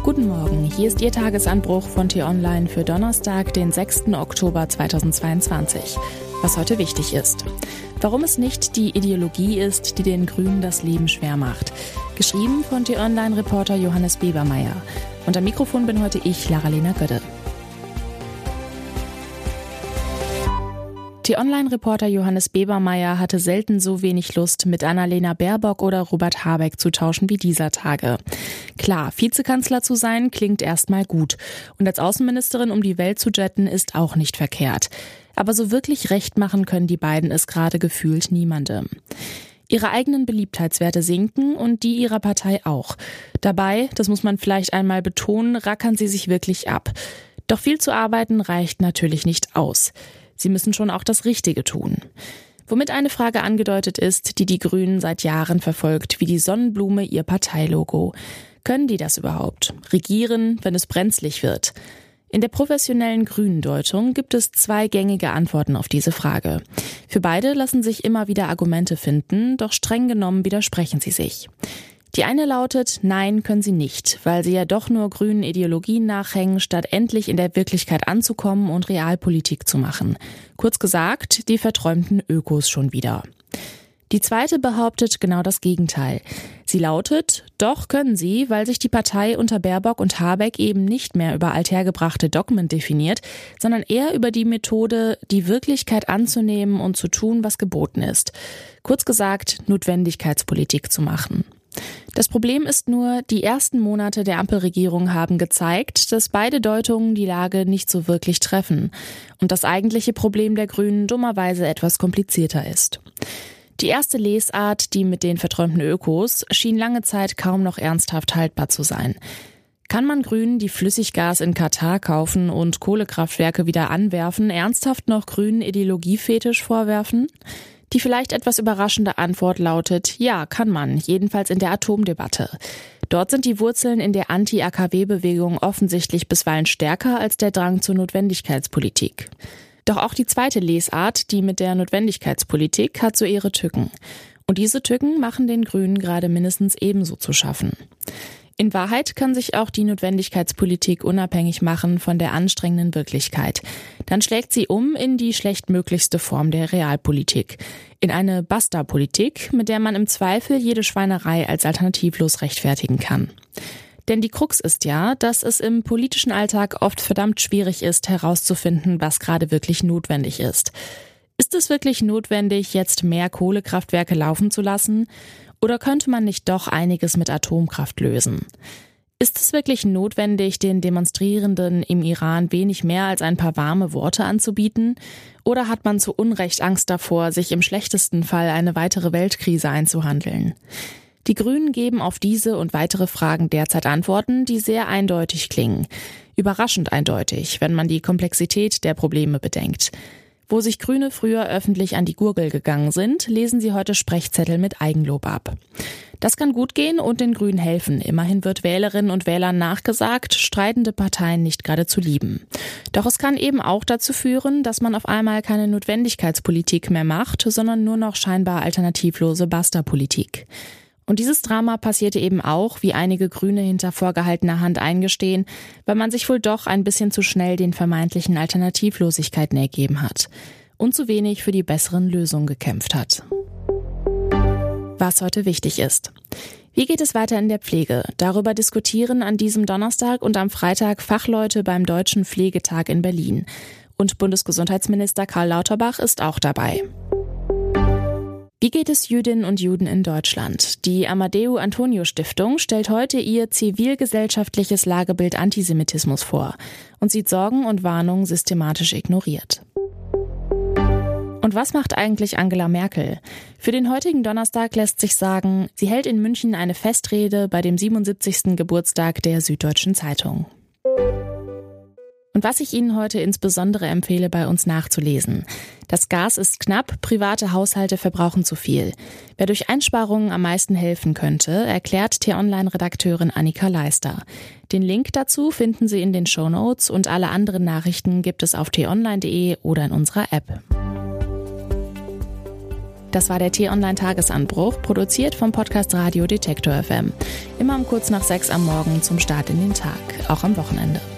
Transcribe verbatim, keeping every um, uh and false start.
Guten Morgen, hier ist Ihr Tagesanbruch von T-Online für Donnerstag, den sechsten Oktober zweitausendzweiundzwanzig. Was heute wichtig ist. Warum es nicht die Ideologie ist, die den Grünen das Leben schwer macht. Geschrieben von T-Online-Reporter Johannes Bebermeier. Und am Mikrofon bin heute ich, Lara-Lena Gödde. T-Online-Reporter Johannes Bebermeier hatte selten so wenig Lust, mit Annalena Baerbock oder Robert Habeck zu tauschen wie dieser Tage. Klar, Vizekanzler zu sein klingt erstmal gut. Und als Außenministerin um die Welt zu jetten ist auch nicht verkehrt. Aber so wirklich recht machen können die beiden es gerade gefühlt niemandem. Ihre eigenen Beliebtheitswerte sinken und die ihrer Partei auch. Dabei, das muss man vielleicht einmal betonen, rackern sie sich wirklich ab. Doch viel zu arbeiten reicht natürlich nicht aus. Sie müssen schon auch das Richtige tun. Womit eine Frage angedeutet ist, die die Grünen seit Jahren verfolgt, wie die Sonnenblume ihr Parteilogo. Können die das überhaupt? Regieren, wenn es brenzlig wird? In der professionellen Grünen-Deutung gibt es zwei gängige Antworten auf diese Frage. Für beide lassen sich immer wieder Argumente finden, doch streng genommen widersprechen sie sich. Die eine lautet, nein, können sie nicht, weil sie ja doch nur grünen Ideologien nachhängen, statt endlich in der Wirklichkeit anzukommen und Realpolitik zu machen. Kurz gesagt, die verträumten Ökos schon wieder. Die zweite behauptet genau das Gegenteil. Sie lautet, doch können sie, weil sich die Partei unter Baerbock und Habeck eben nicht mehr über althergebrachte Dogmen definiert, sondern eher über die Methode, die Wirklichkeit anzunehmen und zu tun, was geboten ist. Kurz gesagt, Notwendigkeitspolitik zu machen. Das Problem ist nur, die ersten Monate der Ampelregierung haben gezeigt, dass beide Deutungen die Lage nicht so wirklich treffen und das eigentliche Problem der Grünen dummerweise etwas komplizierter ist. Die erste Lesart, die mit den verträumten Ökos, schien lange Zeit kaum noch ernsthaft haltbar zu sein. Kann man Grünen, die Flüssiggas in Katar kaufen und Kohlekraftwerke wieder anwerfen, ernsthaft noch grünen Ideologiefetisch vorwerfen? Die vielleicht etwas überraschende Antwort lautet, ja, kann man, jedenfalls in der Atomdebatte. Dort sind die Wurzeln in der Anti-A K W-Bewegung offensichtlich bisweilen stärker als der Drang zur Notwendigkeitspolitik. Doch auch die zweite Lesart, die mit der Notwendigkeitspolitik, hat so ihre Tücken. Und diese Tücken machen den Grünen gerade mindestens ebenso zu schaffen. In Wahrheit kann sich auch die Notwendigkeitspolitik unabhängig machen von der anstrengenden Wirklichkeit. Dann schlägt sie um in die schlechtmöglichste Form der Realpolitik. In eine Basta-Politik, mit der man im Zweifel jede Schweinerei als alternativlos rechtfertigen kann. Denn die Krux ist ja, dass es im politischen Alltag oft verdammt schwierig ist, herauszufinden, was gerade wirklich notwendig ist. Ist es wirklich notwendig, jetzt mehr Kohlekraftwerke laufen zu lassen? Oder könnte man nicht doch einiges mit Atomkraft lösen? Ist es wirklich notwendig, den Demonstrierenden im Iran wenig mehr als ein paar warme Worte anzubieten? Oder hat man zu Unrecht Angst davor, sich im schlechtesten Fall eine weitere Weltkrise einzuhandeln? Die Grünen geben auf diese und weitere Fragen derzeit Antworten, die sehr eindeutig klingen. Überraschend eindeutig, wenn man die Komplexität der Probleme bedenkt. Wo sich Grüne früher öffentlich an die Gurgel gegangen sind, lesen sie heute Sprechzettel mit Eigenlob ab. Das kann gut gehen und den Grünen helfen. Immerhin wird Wählerinnen und Wählern nachgesagt, streitende Parteien nicht gerade zu lieben. Doch es kann eben auch dazu führen, dass man auf einmal keine Notwendigkeitspolitik mehr macht, sondern nur noch scheinbar alternativlose Basta-Politik. Und dieses Drama passierte eben auch, wie einige Grüne hinter vorgehaltener Hand eingestehen, weil man sich wohl doch ein bisschen zu schnell den vermeintlichen Alternativlosigkeiten ergeben hat und zu wenig für die besseren Lösungen gekämpft hat. Was heute wichtig ist. Wie geht es weiter in der Pflege? Darüber diskutieren an diesem Donnerstag und am Freitag Fachleute beim Deutschen Pflegetag in Berlin. Und Bundesgesundheitsminister Karl Lauterbach ist auch dabei. Wie geht es Jüdinnen und Juden in Deutschland? Die Amadeo Antonio Stiftung stellt heute ihr zivilgesellschaftliches Lagebild Antisemitismus vor und sieht Sorgen und Warnungen systematisch ignoriert. Und was macht eigentlich Angela Merkel? Für den heutigen Donnerstag lässt sich sagen, sie hält in München eine Festrede bei dem siebenundsiebzigsten Geburtstag der Süddeutschen Zeitung. Und was ich Ihnen heute insbesondere empfehle, bei uns nachzulesen. Das Gas ist knapp, private Haushalte verbrauchen zu viel. Wer durch Einsparungen am meisten helfen könnte, erklärt T-Online-Redakteurin Annika Leister. Den Link dazu finden Sie in den Shownotes und alle anderen Nachrichten gibt es auf t online punkt de oder in unserer App. Das war der T-Online-Tagesanbruch, produziert vom Podcast Radio Detektor F M. Immer um kurz nach sechs am Morgen zum Start in den Tag, auch am Wochenende.